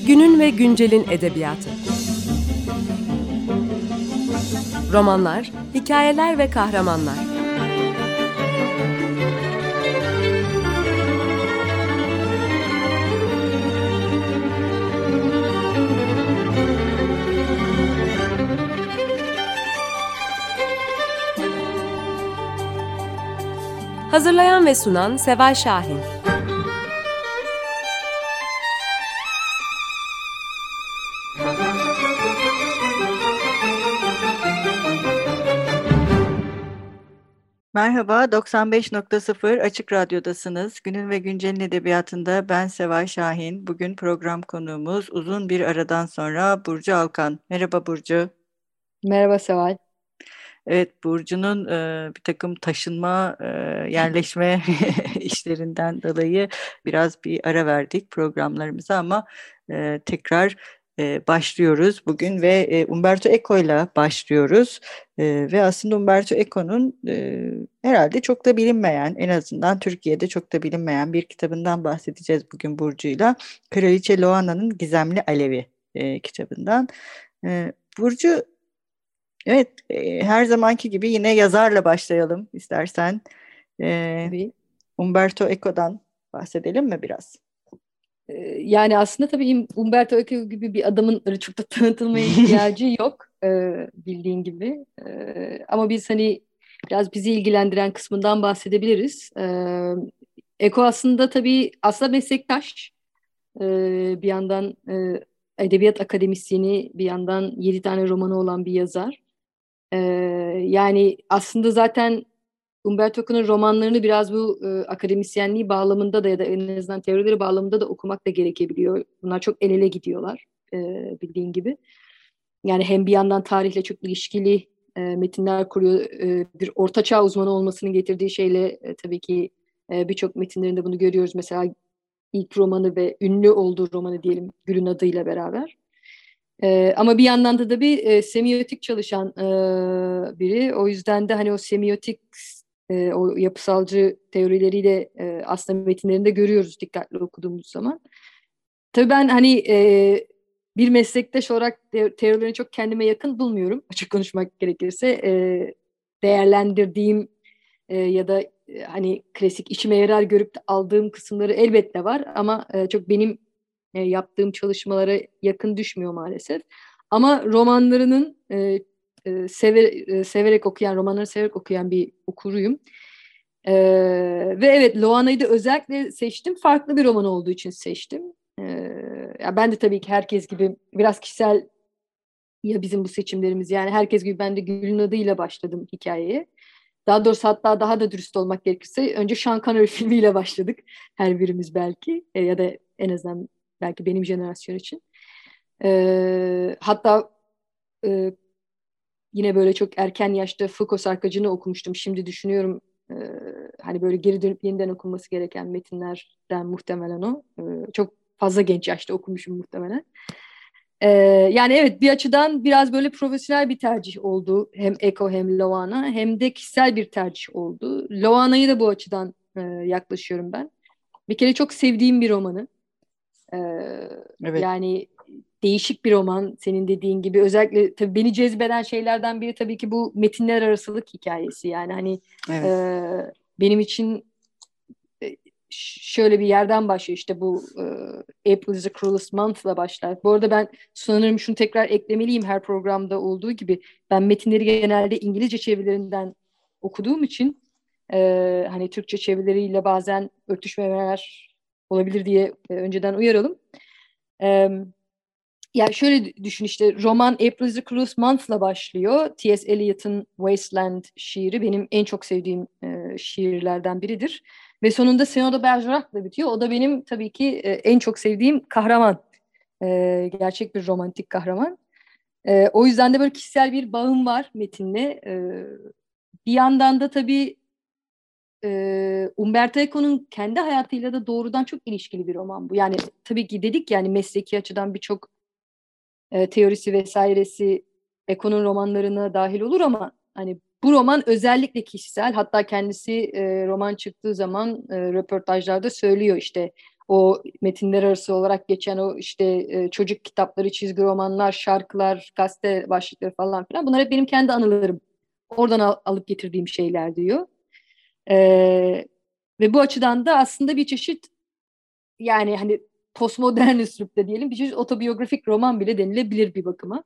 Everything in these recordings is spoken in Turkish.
Günün ve güncelin edebiyatı. Romanlar, hikayeler ve kahramanlar. Hazırlayan ve sunan Seval Şahin. Merhaba, 95.0 Açık Radyo'dasınız. Günün ve Güncel'in edebiyatında ben Seval Şahin. Bugün program konuğumuz uzun bir aradan sonra Burcu Alkan. Merhaba Burcu. Merhaba Seval. Evet, Burcu'nun bir takım taşınma, yerleşme işlerinden dolayı biraz bir ara verdik programlarımıza ama tekrar başlıyoruz bugün ve Umberto Eco'yla başlıyoruz. Ve aslında Umberto Eco'nun herhalde çok da bilinmeyen, en azından Türkiye'de çok da bilinmeyen bir kitabından bahsedeceğiz bugün Burcu'yla. Kraliçe Loana'nın Gizemli Alevi kitabından. Burcu, evet, her zamanki gibi yine yazarla başlayalım istersen. E, Tabii. Umberto Eco'dan bahsedelim mi biraz? Yani aslında tabii Umberto Eco gibi bir adamın öyle çok da tanıtılmaya ihtiyacı yok, bildiğin gibi. Ama biz hani biraz bizi ilgilendiren kısmından bahsedebiliriz. Eco aslında tabii meslektaş. Bir yandan edebiyat akademisyeni, bir yandan 7 tane romanı olan bir yazar. Ee, Yani aslında zaten Umberto Eco'nun romanlarını biraz bu akademisyenliği bağlamında da ya da en azından teorileri bağlamında da okumak da gerekebiliyor. Bunlar çok el ele gidiyorlar, bildiğin gibi. Yani hem bir yandan tarihle çok ilişkili metinler kuruyor. Bir ortaçağ uzmanı olmasının getirdiği şeyle tabii ki birçok metinlerinde bunu görüyoruz. Mesela ilk romanı ve ünlü olduğu romanı diyelim Gül'ün adıyla beraber. Ama bir yandan da bir semiotik çalışan biri. O yüzden de hani o semiotik, o yapısalcı teorileriyle aslında metinlerinde görüyoruz dikkatli okuduğumuz zaman. Tabii ben hani bir meslektaş olarak teorilerini çok kendime yakın bulmuyorum. Açık konuşmak gerekirse. Değerlendirdiğim ya da hani klasik işime yarar görüp de aldığım kısımları elbette var. Ama çok benim yaptığım çalışmalara yakın düşmüyor maalesef. Ama romanlarının romanları severek okuyan bir okuruyum. E, Ve evet, Loana'yı da özellikle seçtim. Farklı bir roman olduğu için seçtim. E, Ya ben de tabii ki herkes gibi biraz kişisel ya bizim bu seçimlerimiz. Yani herkes gibi ben de Gül'ün adıyla başladım hikayeye. Daha doğrusu hatta daha da dürüst olmak gerekirse önce Sean Connery filmiyle başladık. Her birimiz belki ya da en azından belki benim jenerasyon için. Hatta e, yine böyle çok erken yaşta Foucault Sarkacı'nı okumuştum. Şimdi düşünüyorum, e, hani böyle geri dönüp yeniden okunması gereken metinlerden muhtemelen o. Çok fazla genç yaşta okumuşum muhtemelen. Yani evet, bir açıdan biraz böyle profesyonel bir tercih oldu. Hem Eco hem Loana, hem de kişisel bir tercih oldu. Loana'yı da bu açıdan yaklaşıyorum ben. Bir kere çok sevdiğim bir romanı. Ee, Evet. Yani değişik bir roman, senin dediğin gibi. Özellikle tabii beni cezbeden şeylerden biri tabii ki bu metinler arasılık hikayesi. Yani hani Evet. e, benim için şöyle bir yerden başlıyor, işte bu April is the Cruelest Month'la başlar. Bu arada ben sanırım şunu tekrar eklemeliyim, her programda olduğu gibi. Ben metinleri genelde İngilizce çevirilerinden okuduğum için hani Türkçe çevirileriyle bazen örtüşmemeler olabilir diye önceden uyaralım. E, Yani şöyle düşün, işte roman April is the Cruelest Month'la başlıyor. T.S. Eliot'ın Wasteland şiiri benim en çok sevdiğim şiirlerden biridir. Ve sonunda Senot de Bergerac'la bitiyor. O da benim tabii ki en çok sevdiğim kahraman. Gerçek bir romantik kahraman. O yüzden de böyle kişisel bir bağım var metinle. Bir yandan da tabii Umberto Eco'nun kendi hayatıyla da doğrudan çok ilişkili bir roman bu. Yani tabii ki dedik, yani mesleki açıdan birçok teorisi vesairesi Eco'nun romanlarına dahil olur ama hani bu roman özellikle kişisel. Hatta kendisi roman çıktığı zaman röportajlarda söylüyor, işte o metinler arası olarak geçen o işte çocuk kitapları, çizgi romanlar, şarkılar, gazete başlıkları falan filan. Bunlar hep benim kendi anılarım. Oradan alıp getirdiğim şeyler diyor. Ve bu açıdan da aslında bir çeşit, yani hani postmodern üslupta diyelim, bir çeşit otobiyografik roman bile denilebilir bir bakıma.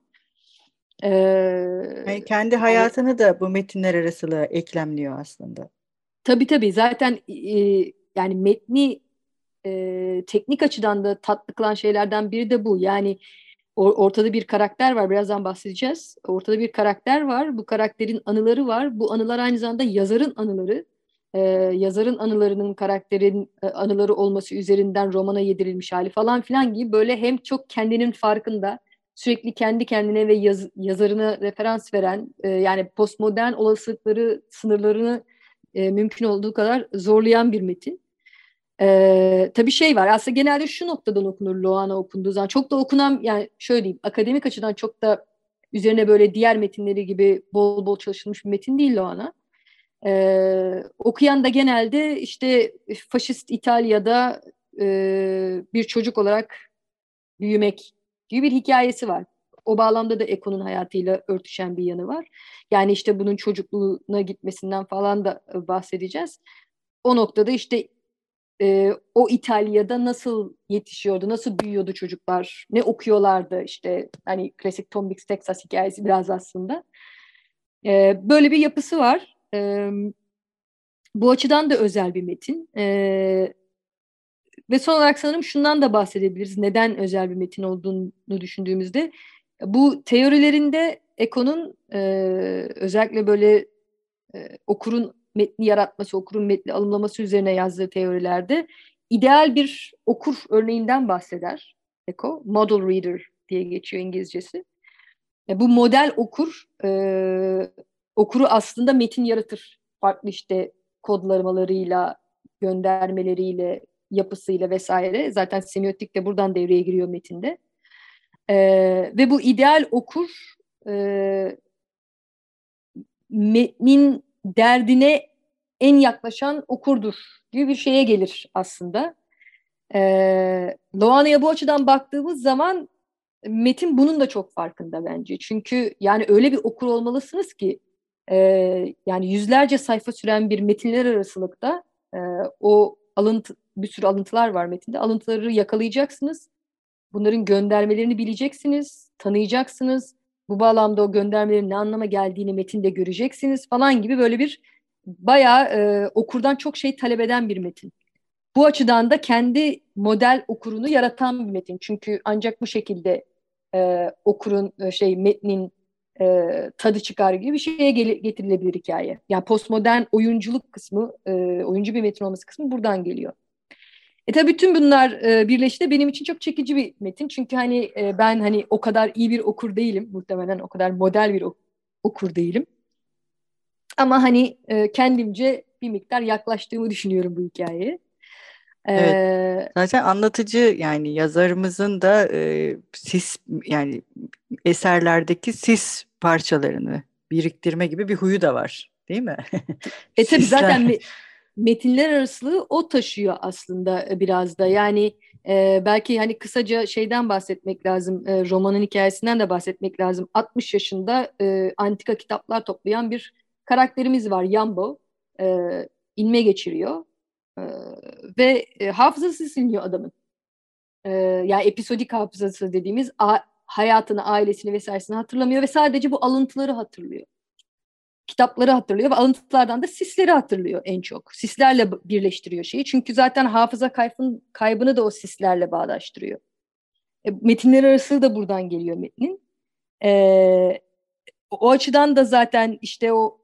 Yani kendi Yani hayatını da bu metinler arasılığa eklemliyor aslında. tabii zaten yani metni teknik açıdan da tatlı kılan şeylerden biri de bu. Yani ortada bir karakter var. Birazdan bahsedeceğiz. Ortada bir karakter var. Bu karakterin anıları var. Bu anılar aynı zamanda yazarın anıları. Yazarın anılarının karakterin anıları olması üzerinden romana yedirilmiş hali falan filan gibi, böyle hem çok kendinin farkında, sürekli kendi kendine ve yazarına referans veren, yani postmodern olasılıkları, sınırlarını mümkün olduğu kadar zorlayan bir metin. Tabii şey var. Aslında genelde şu noktadan okunur Loana okunduğu zaman. Çok da okunan, yani şöyle diyeyim, akademik açıdan çok da üzerine böyle diğer metinleri gibi bol bol çalışılmış bir metin değil Loana. Okuyan da genelde işte faşist İtalya'da bir çocuk olarak büyümek gibi bir hikayesi var. O bağlamda da Eko'nun hayatıyla örtüşen bir yanı var. Yani işte bunun çocukluğuna gitmesinden falan da bahsedeceğiz. O noktada işte o İtalya'da nasıl yetişiyordu, nasıl büyüyordu çocuklar, ne okuyorlardı, işte hani klasik Tom Mix Texas hikayesi biraz aslında. Böyle bir yapısı var. Bu açıdan da özel bir metin. Ve son olarak sanırım şundan da bahsedebiliriz. Neden özel bir metin olduğunu düşündüğümüzde. Bu teorilerinde Eco'nun özellikle böyle okurun metni yaratması, okurun metni alımlaması üzerine yazdığı teorilerde ideal bir okur örneğinden bahseder Eco. Model reader diye geçiyor İngilizcesi. Bu model okur okuru aslında metin yaratır. Farklı işte kodlamalarıyla, göndermeleriyle, yapısıyla vesaire. Zaten semiotik de buradan devreye giriyor metinde. Ve bu ideal okur metnin derdine en yaklaşan okurdur gibi bir şeye gelir aslında. Loana'ya bu açıdan baktığımız zaman metin bunun da çok farkında bence. Çünkü yani öyle bir okur olmalısınız ki e, yani yüzlerce sayfa süren bir metinler arasılıkta e, o bir sürü alıntılar var metinde. Alıntıları yakalayacaksınız. Bunların göndermelerini bileceksiniz, tanıyacaksınız. Bu bağlamda o göndermelerin ne anlama geldiğini metinde göreceksiniz falan gibi, böyle bir bayağı okurdan çok şey talep eden bir metin. Bu açıdan da kendi model okurunu yaratan bir metin. Çünkü ancak bu şekilde okurun metnin tadı çıkar gibi bir şeye getirilebilir hikaye. Yani postmodern oyunculuk kısmı, oyuncu bir metin olması kısmı buradan geliyor. Tabii tüm bunlar birleşti benim için çok çekici bir metin. Çünkü hani ben hani o kadar iyi bir okur değilim. Muhtemelen o kadar model bir okur değilim. Ama hani kendimce bir miktar yaklaştığımı düşünüyorum bu hikayeye. Evet. E, Zaten anlatıcı, yani yazarımızın da sis, yani eserlerdeki sis parçalarını biriktirme gibi bir huyu da var, değil mi? tabii zaten Sisler. metinler arasılığı o taşıyor aslında biraz da. Yani belki hani kısaca şeyden bahsetmek lazım. Romanın hikayesinden de bahsetmek lazım. 60 yaşında antika kitaplar toplayan bir karakterimiz var, Yambo. E, inme geçiriyor. E, ve hafızası siliniyor adamın. Yani episodik hafızası dediğimiz hayatını, ailesini vesairesini hatırlamıyor ve sadece bu alıntıları hatırlıyor. Kitapları hatırlıyor ve alıntılardan da sisleri hatırlıyor en çok. Sislerle birleştiriyor şeyi. Çünkü zaten hafıza kaybını da o sislerle bağdaştırıyor. Metinler arası da buradan geliyor metnin. E, o açıdan da zaten işte o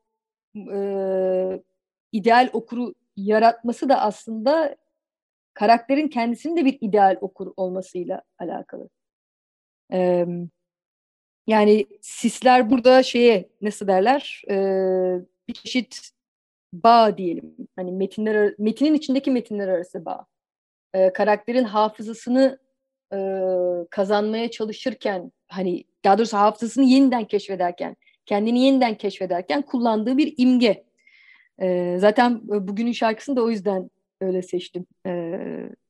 ideal okuru yaratması da aslında karakterin kendisinin de bir ideal okur olmasıyla alakalı. E, yani sisler burada şeye nasıl derler? Bir çeşit bağ diyelim. Hani metinin içindeki metinler arası bağ. Karakterin hafızasını kazanmaya çalışırken, hani daha doğrusu hafızasını yeniden keşfederken, kendini yeniden keşfederken kullandığı bir imge. Zaten bugünün şarkısını da o yüzden öyle seçtim.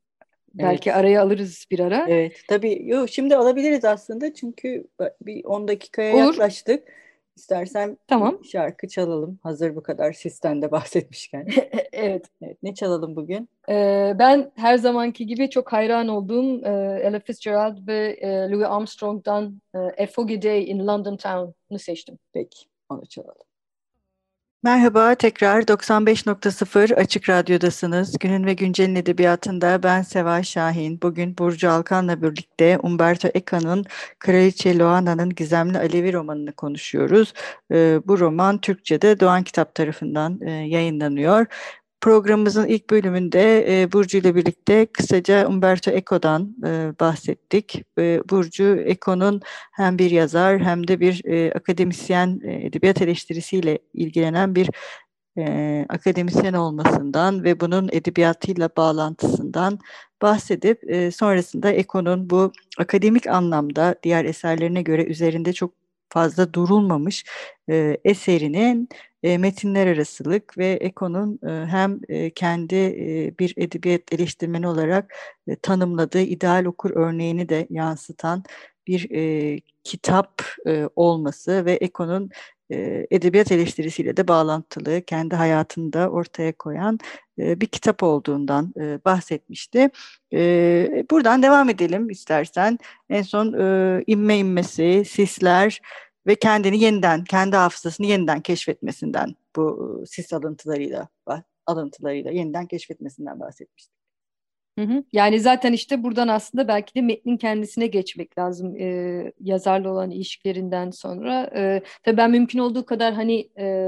Belki Evet. araya alırız bir ara. Evet, tabii. Yok, şimdi alabiliriz aslında çünkü bir 10 dakikaya Olur. yaklaştık. İstersen bir Tamam. şarkı çalalım. Hazır bu kadar sisten de bahsetmişken. Evet. Evet, ne çalalım bugün? Ben her zamanki gibi çok hayran olduğum Ella Fitzgerald ve Louis Armstrong'dan A Foggy Day in London Town'u seçtim. Peki, onu çalalım. Merhaba, tekrar 95.0 Açık Radyo'dasınız. Günün ve Güncel'in edebiyatında ben Seval Şahin. Bugün Burcu Alkan'la birlikte Umberto Eco'nun Kraliçe Loana'nın Gizemli Alevi romanını konuşuyoruz. Bu roman Türkçe'de Doğan Kitap tarafından yayınlanıyor. Programımızın ilk bölümünde Burcu ile birlikte kısaca Umberto Eco'dan bahsettik. Burcu Eco'nun hem bir yazar hem de bir akademisyen, edebiyat eleştirisiyle ilgilenen bir akademisyen olmasından ve bunun edebiyatıyla bağlantısından bahsedip sonrasında Eco'nun bu akademik anlamda diğer eserlerine göre üzerinde çok fazla durulmamış eserinin metinler arasılık ve Eco'nun hem kendi bir edebiyat eleştirmeni olarak tanımladığı ideal okur örneğini de yansıtan bir kitap olması ve Eco'nun edebiyat eleştirisiyle de bağlantılı, kendi hayatını da ortaya koyan bir kitap olduğundan bahsetmişti. Buradan devam edelim istersen. En son inme inmesi, sisler ve kendini yeniden, kendi hafızasını yeniden keşfetmesinden bu sis alıntılarıyla yeniden keşfetmesinden bahsetmiştik. Hı hı. Yani zaten işte buradan aslında belki de metnin kendisine geçmek lazım yazarla olan ilişkilerinden sonra. Tabii ben mümkün olduğu kadar hani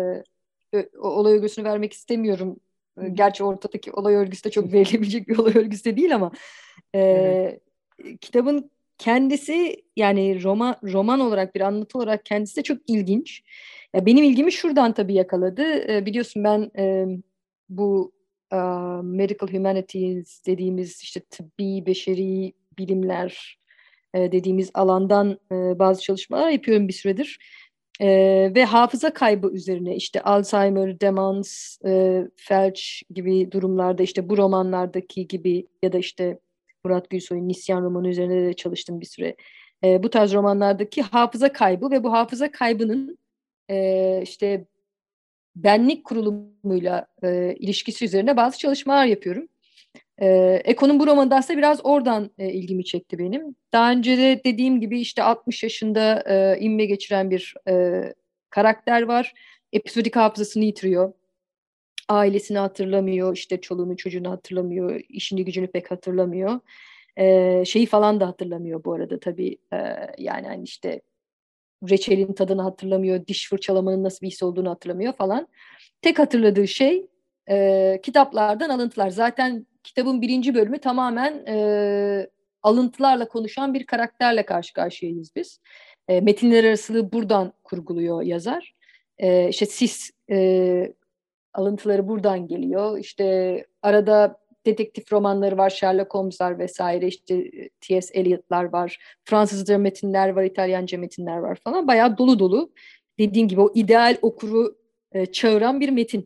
olay örgüsünü vermek istemiyorum. Hı hı. Gerçi ortadaki olay örgüsü de çok verilebilecek bir olay örgüsü de değil ama Evet. kitabın kendisi yani roman olarak bir anlatı olarak kendisi de çok ilginç. Ya benim ilgimi şuradan tabii yakaladı. Biliyorsun ben bu medical humanities dediğimiz işte tıbbi, beşeri bilimler dediğimiz alandan bazı çalışmalar yapıyorum bir süredir. Ve hafıza kaybı üzerine işte Alzheimer, demans, felç gibi durumlarda işte bu romanlardaki gibi ya da işte Murat Gülsoy'un Nisyan romanı üzerine de çalıştım bir süre. Bu tarz romanlardaki hafıza kaybı ve bu hafıza kaybının işte benlik kurulumuyla ilişkisi üzerine bazı çalışmalar yapıyorum. Eko'nun bu romanı da aslında biraz oradan ilgimi çekti benim. Daha önce de dediğim gibi işte 60 yaşında inme geçiren bir karakter var. Episodik hafızasını yitiriyor. Ailesini hatırlamıyor, işte çoluğunu çocuğunu hatırlamıyor, işini gücünü pek hatırlamıyor. Şeyi falan da hatırlamıyor bu arada tabii. Yani hani işte reçelin tadını hatırlamıyor, diş fırçalamanın nasıl bir his olduğunu hatırlamıyor falan. Tek hatırladığı şey kitaplardan alıntılar. Zaten kitabın birinci bölümü tamamen alıntılarla konuşan bir karakterle karşı karşıyayız biz. Metinler arasılığı buradan kurguluyor yazar. İşte sis alıntıları buradan geliyor. İşte arada dedektif romanları var, Sherlock Holmes'lar vesaire, işte T.S. Eliot'lar var, Fransızca metinler var, İtalyanca metinler var falan. Bayağı dolu dolu. Dediğin gibi o ideal okuru çağıran bir metin.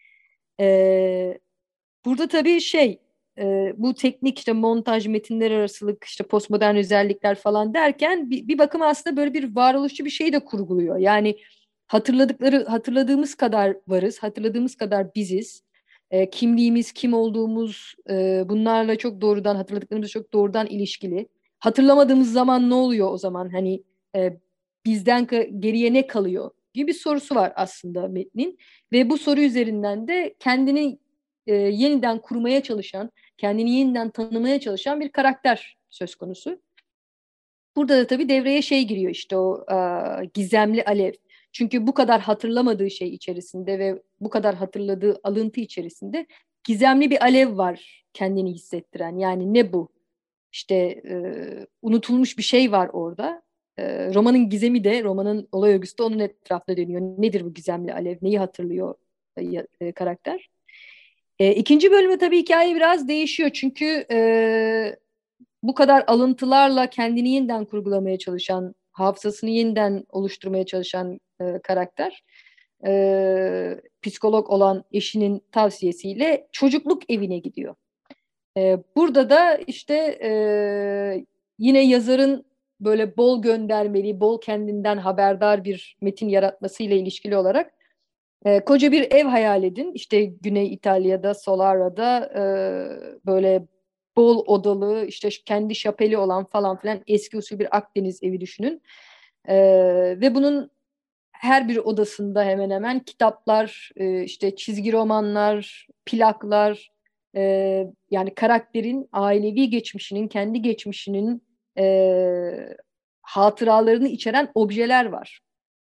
E, Burada tabii bu teknik işte montaj, metinler arasılık, işte postmodern özellikler falan derken bir bakıma aslında böyle bir varoluşçu bir şey de kurguluyor. Yani hatırladığımız kadar varız, hatırladığımız kadar biziz. Kimliğimiz, kim olduğumuz bunlarla çok doğrudan, hatırladıklarımız çok doğrudan ilişkili. Hatırlamadığımız zaman ne oluyor o zaman? Hani bizden geriye ne kalıyor gibi bir sorusu var aslında metnin. Ve bu soru üzerinden de kendini yeniden kurmaya çalışan, kendini yeniden tanımaya çalışan bir karakter söz konusu. Burada da tabii devreye giriyor işte o gizemli alev. Çünkü bu kadar hatırlamadığı şey içerisinde ve bu kadar hatırladığı alıntı içerisinde gizemli bir alev var kendini hissettiren. Yani ne bu? İşte unutulmuş bir şey var orada. Romanın gizemi de, romanın olay örgüsü de onun etrafında dönüyor. Nedir bu gizemli alev? Neyi hatırlıyor karakter? İkinci bölümde tabii hikaye biraz değişiyor. Çünkü bu kadar alıntılarla kendini yeniden kurgulamaya çalışan, hafızasını yeniden oluşturmaya çalışan karakter, psikolog olan eşinin tavsiyesiyle çocukluk evine gidiyor. Burada da işte yine yazarın böyle bol göndermeli, bol kendinden haberdar bir metin yaratmasıyla ilişkili olarak koca bir ev hayal edin. İşte Güney İtalya'da, Solara'da böyle bol odalı, işte kendi şapeli olan falan filan eski usul bir Akdeniz evi düşünün. Ve bunun her bir odasında hemen hemen kitaplar, işte çizgi romanlar, plaklar, yani karakterin ailevi geçmişinin, kendi geçmişinin hatıralarını içeren objeler var.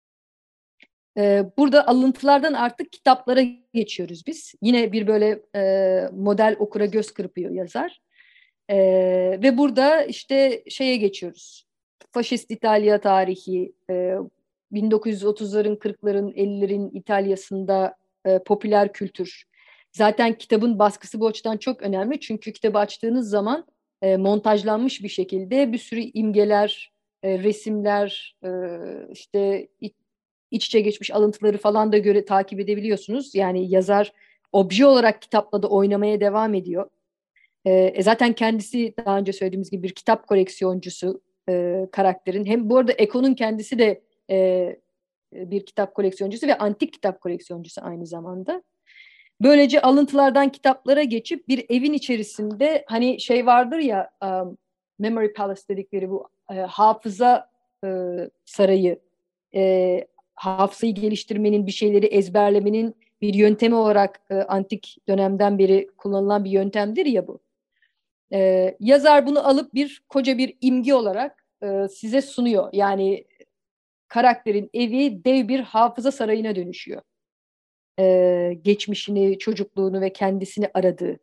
Burada alıntılardan artık kitaplara geçiyoruz biz. Yine bir böyle model okura göz kırpıyor yazar. Ve burada işte şeye geçiyoruz. Faşist İtalya tarihi, 1930'ların, 40'ların, 50'lerin İtalya'sında popüler kültür. Zaten kitabın baskısı bu açıdan çok önemli. Çünkü kitabı açtığınız zaman montajlanmış bir şekilde bir sürü imgeler, resimler, işte iç içe geçmiş alıntıları falan da takip edebiliyorsunuz. Yani yazar obje olarak kitapla da oynamaya devam ediyor. Zaten kendisi daha önce söylediğimiz gibi bir kitap koleksiyoncusu karakterin. Hem bu arada Eko'nun kendisi de bir kitap koleksiyoncusu ve antik kitap koleksiyoncusu aynı zamanda. Böylece alıntılardan kitaplara geçip bir evin içerisinde hani şey vardır ya, Memory Palace dedikleri bu hafıza sarayı, hafızayı geliştirmenin, bir şeyleri ezberlemenin bir yöntemi olarak antik dönemden beri kullanılan bir yöntemdir ya bu. Yazar bunu alıp bir koca bir imge olarak size sunuyor. Yani karakterin evi dev bir hafıza sarayına dönüşüyor. Geçmişini, çocukluğunu ve kendisini aradığı.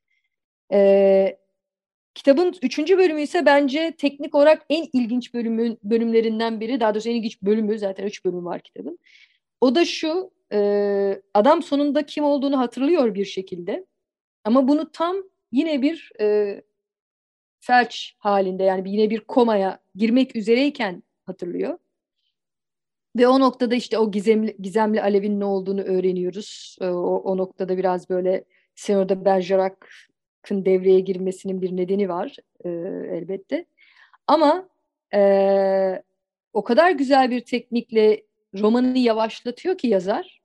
Kitabın 3. bölümü ise bence teknik olarak en ilginç bölümlerinden biri. Daha doğrusu en ilginç bölümü, zaten 3 bölüm var kitabın. O da şu, adam sonunda kim olduğunu hatırlıyor bir şekilde. Ama bunu tam yine bir felç halinde, yani yine bir komaya girmek üzereyken hatırlıyor. Ve o noktada işte o gizemli alevin ne olduğunu öğreniyoruz. O noktada biraz böyle Senor de Bergerac'ın devreye girmesinin bir nedeni var elbette. Ama o kadar güzel bir teknikle romanını yavaşlatıyor ki yazar.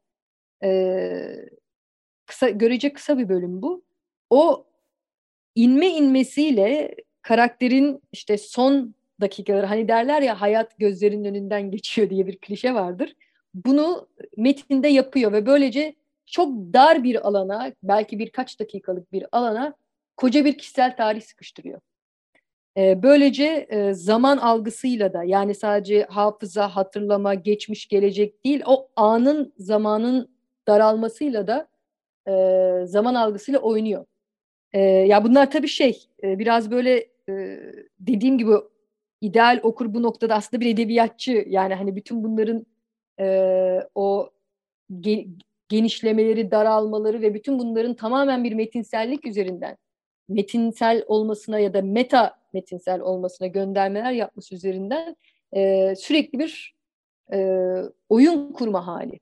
Görece kısa bir bölüm bu. O inmesiyle karakterin işte son dakikaları, hani derler ya hayat gözlerinin önünden geçiyor diye bir klişe vardır. Bunu metinde yapıyor ve böylece çok dar bir alana, belki birkaç dakikalık bir alana koca bir kişisel tarih sıkıştırıyor. Böylece zaman algısıyla da, yani sadece hafıza, hatırlama, geçmiş, gelecek değil, o anın, zamanın daralmasıyla da zaman algısıyla oynuyor. Ya bunlar tabii biraz böyle dediğim gibi ideal okur bu noktada aslında bir edebiyatçı. Yani hani bütün bunların o genişlemeleri, daralmaları ve bütün bunların tamamen bir metinsellik üzerinden, metinsel olmasına ya da meta metinsel olmasına göndermeler yapması üzerinden sürekli bir oyun kurma hali.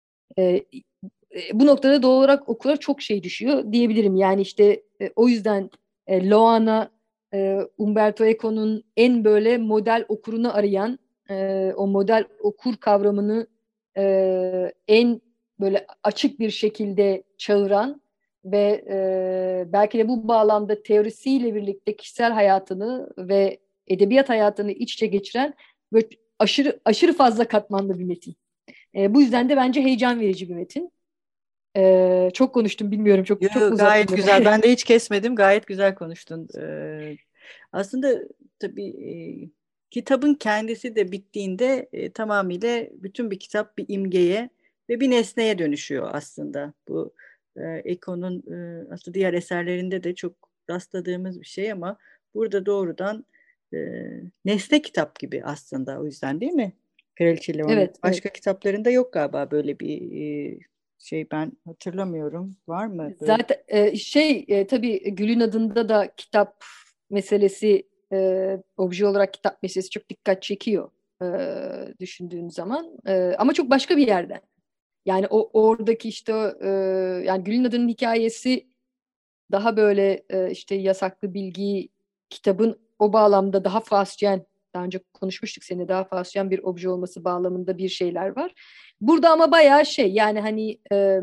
Bu noktada doğal olarak okura çok şey düşüyor diyebilirim. Yani işte o yüzden Loana, Umberto Eco'nun en böyle model okurunu arayan, o model okur kavramını en böyle açık bir şekilde çağıran ve belki de bu bağlamda teorisiyle birlikte kişisel hayatını ve edebiyat hayatını iç içe geçiren böyle aşırı fazla katmanlı bir metin. Bu yüzden de bence heyecan verici bir metin. Çok konuştum, bilmiyorum, çok mu uzattım Gayet bunu? güzel. Ben de hiç kesmedim. Gayet güzel konuştun. Aslında tabii kitabın kendisi de bittiğinde tamamıyla bütün bir kitap bir imgeye ve bir nesneye dönüşüyor aslında. Bu Eko'nun aslında diğer eserlerinde de çok rastladığımız bir şey ama burada doğrudan nesne kitap gibi aslında, o yüzden değil mi? Kraliçe Leon'un Evet, evet. başka kitaplarında yok galiba böyle bir ben hatırlamıyorum. Var mı böyle? Zaten tabii Gül'ün adında da kitap meselesi, obje olarak kitap meselesi çok dikkat çekiyor düşündüğün zaman. Ama çok başka bir yerden. Yani oradaki işte yani Gül'ün adının hikayesi daha böyle işte Yasaklı Bilgi kitabın o bağlamda daha Faustyen, daha önce konuşmuştuk seninle, daha Faustyen bir obje olması bağlamında bir şeyler var. Burada ama bayağı şey, yani hani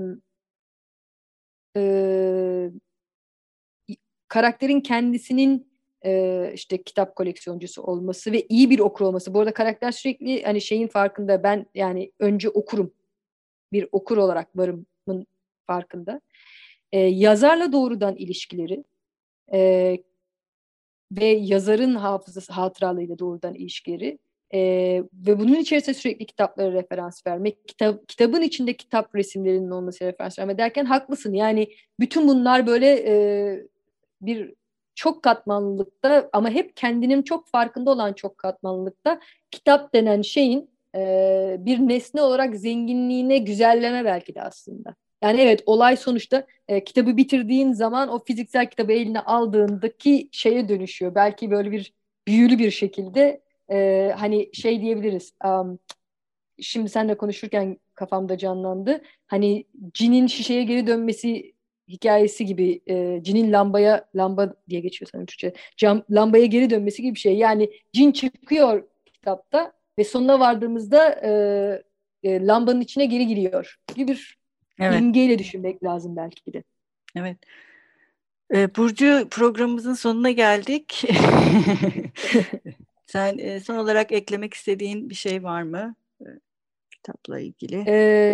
e, karakterin kendisinin işte kitap koleksiyoncusu olması ve iyi bir okur olması. Bu arada karakter sürekli hani şeyin farkında, ben yani önce okurum, bir okur olarak varımın farkında. Yazarla doğrudan ilişkileri e, ve yazarın hafızası, hatıralarıyla doğrudan ilişkileri ve bunun içerisinde sürekli kitaplara referans vermek, kitabın içinde kitap resimlerinin olması, referans verme derken haklısın. Yani bütün bunlar böyle bir çok katmanlılıkta, ama hep kendinin çok farkında olan çok katmanlılıkta, kitap denen şeyin bir nesne olarak zenginliğine güzelleme belki de aslında. Yani evet, olay sonuçta kitabı bitirdiğin zaman o fiziksel kitabı eline aldığındaki şeye dönüşüyor. Belki böyle bir büyülü bir şekilde hani şey diyebiliriz. Şimdi seninle konuşurken kafamda canlandı. Hani cinin şişeye geri dönmesi hikayesi gibi, cinin lamba diye geçiyor sanırım Türkçe. Lambaya geri dönmesi gibi bir şey. Yani cin çıkıyor kitapta ve sonuna vardığımızda lambanın içine geri giriyor gibi bir Evet, imgeyle düşünmek lazım belki de. evet. Burcu, programımızın sonuna geldik. Sen son olarak eklemek istediğin bir şey var mı kitapla ilgili?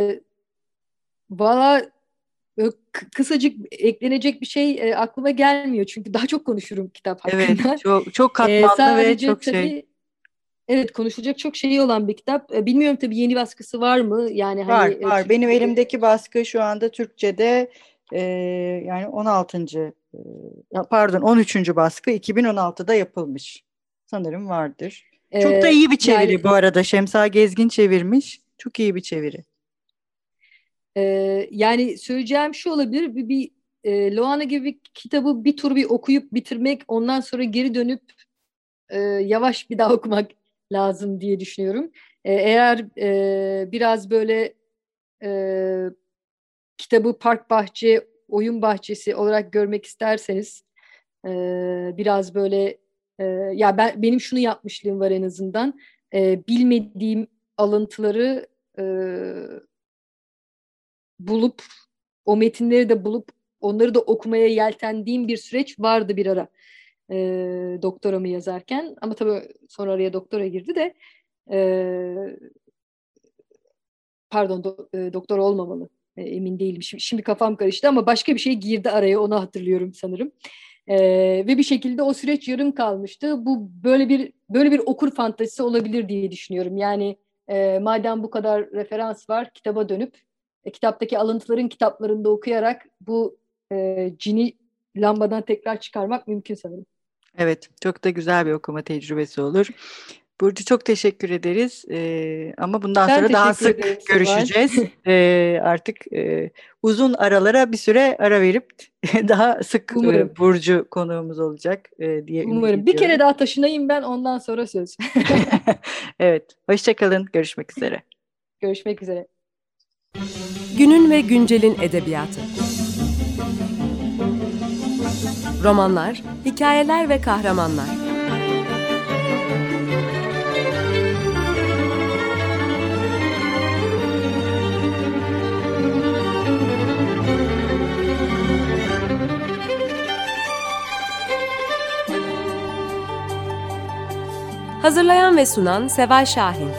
Valla kısacık eklenecek bir şey aklıma gelmiyor. Çünkü daha çok konuşurum kitap Evet, hakkında. çok katmanlı ve Sadece çok şey. tabii evet, konuşulacak çok şeyi olan bir kitap. Bilmiyorum tabii, yeni baskısı var mı? Yani hani Var. Benim Türkiye'de elimdeki baskı şu anda Türkçe'de yani 16. Pardon 13. baskı 2016'da yapılmış. Sanırım vardır. Çok da iyi bir çeviri yani bu arada. Şemsa Gezgin çevirmiş. Çok iyi bir çeviri. yani söyleyeceğim şu olabilir. Loana gibi bir kitabı bir tur bir okuyup bitirmek, ondan sonra geri dönüp yavaş bir daha okumak lazım diye düşünüyorum. Eğer biraz böyle e, kitabı park bahçe, oyun bahçesi olarak görmek isterseniz, e, biraz böyle ya benim şunu yapmışlığım var en azından. Bilmediğim alıntıları bulup, o metinleri de bulup onları da okumaya yeltendiğim bir süreç vardı bir ara, doktoramı yazarken. Ama tabii sonra araya doktora girdi de e, pardon, doktor olmamalı. Emin değilim. Şimdi kafam karıştı ama başka bir şey girdi araya, onu hatırlıyorum sanırım. Ve bir şekilde o süreç yarım kalmıştı. Bu böyle bir okur fantezisi olabilir diye düşünüyorum. Yani madem bu kadar referans var, kitaba dönüp kitaptaki alıntıların kitaplarında okuyarak bu cini lambadan tekrar çıkarmak mümkün sanırım. Evet, çok da güzel bir okuma tecrübesi olur. Burcu, çok teşekkür ederiz. Ama bundan Ben sonra daha teşekkür sık ederim Seval. görüşeceğiz. Artık uzun aralara bir süre ara verip daha sık Umarım. Burcu konuğumuz olacak diye ümit Umarım. Bir kere ediyorum. daha taşınayım ben, ondan sonra söz. Evet, hoşça kalın. Görüşmek üzere. Görüşmek üzere. Günün ve güncelin edebiyatı. Romanlar, hikayeler ve kahramanlar. Hazırlayan ve sunan Seval Şahin.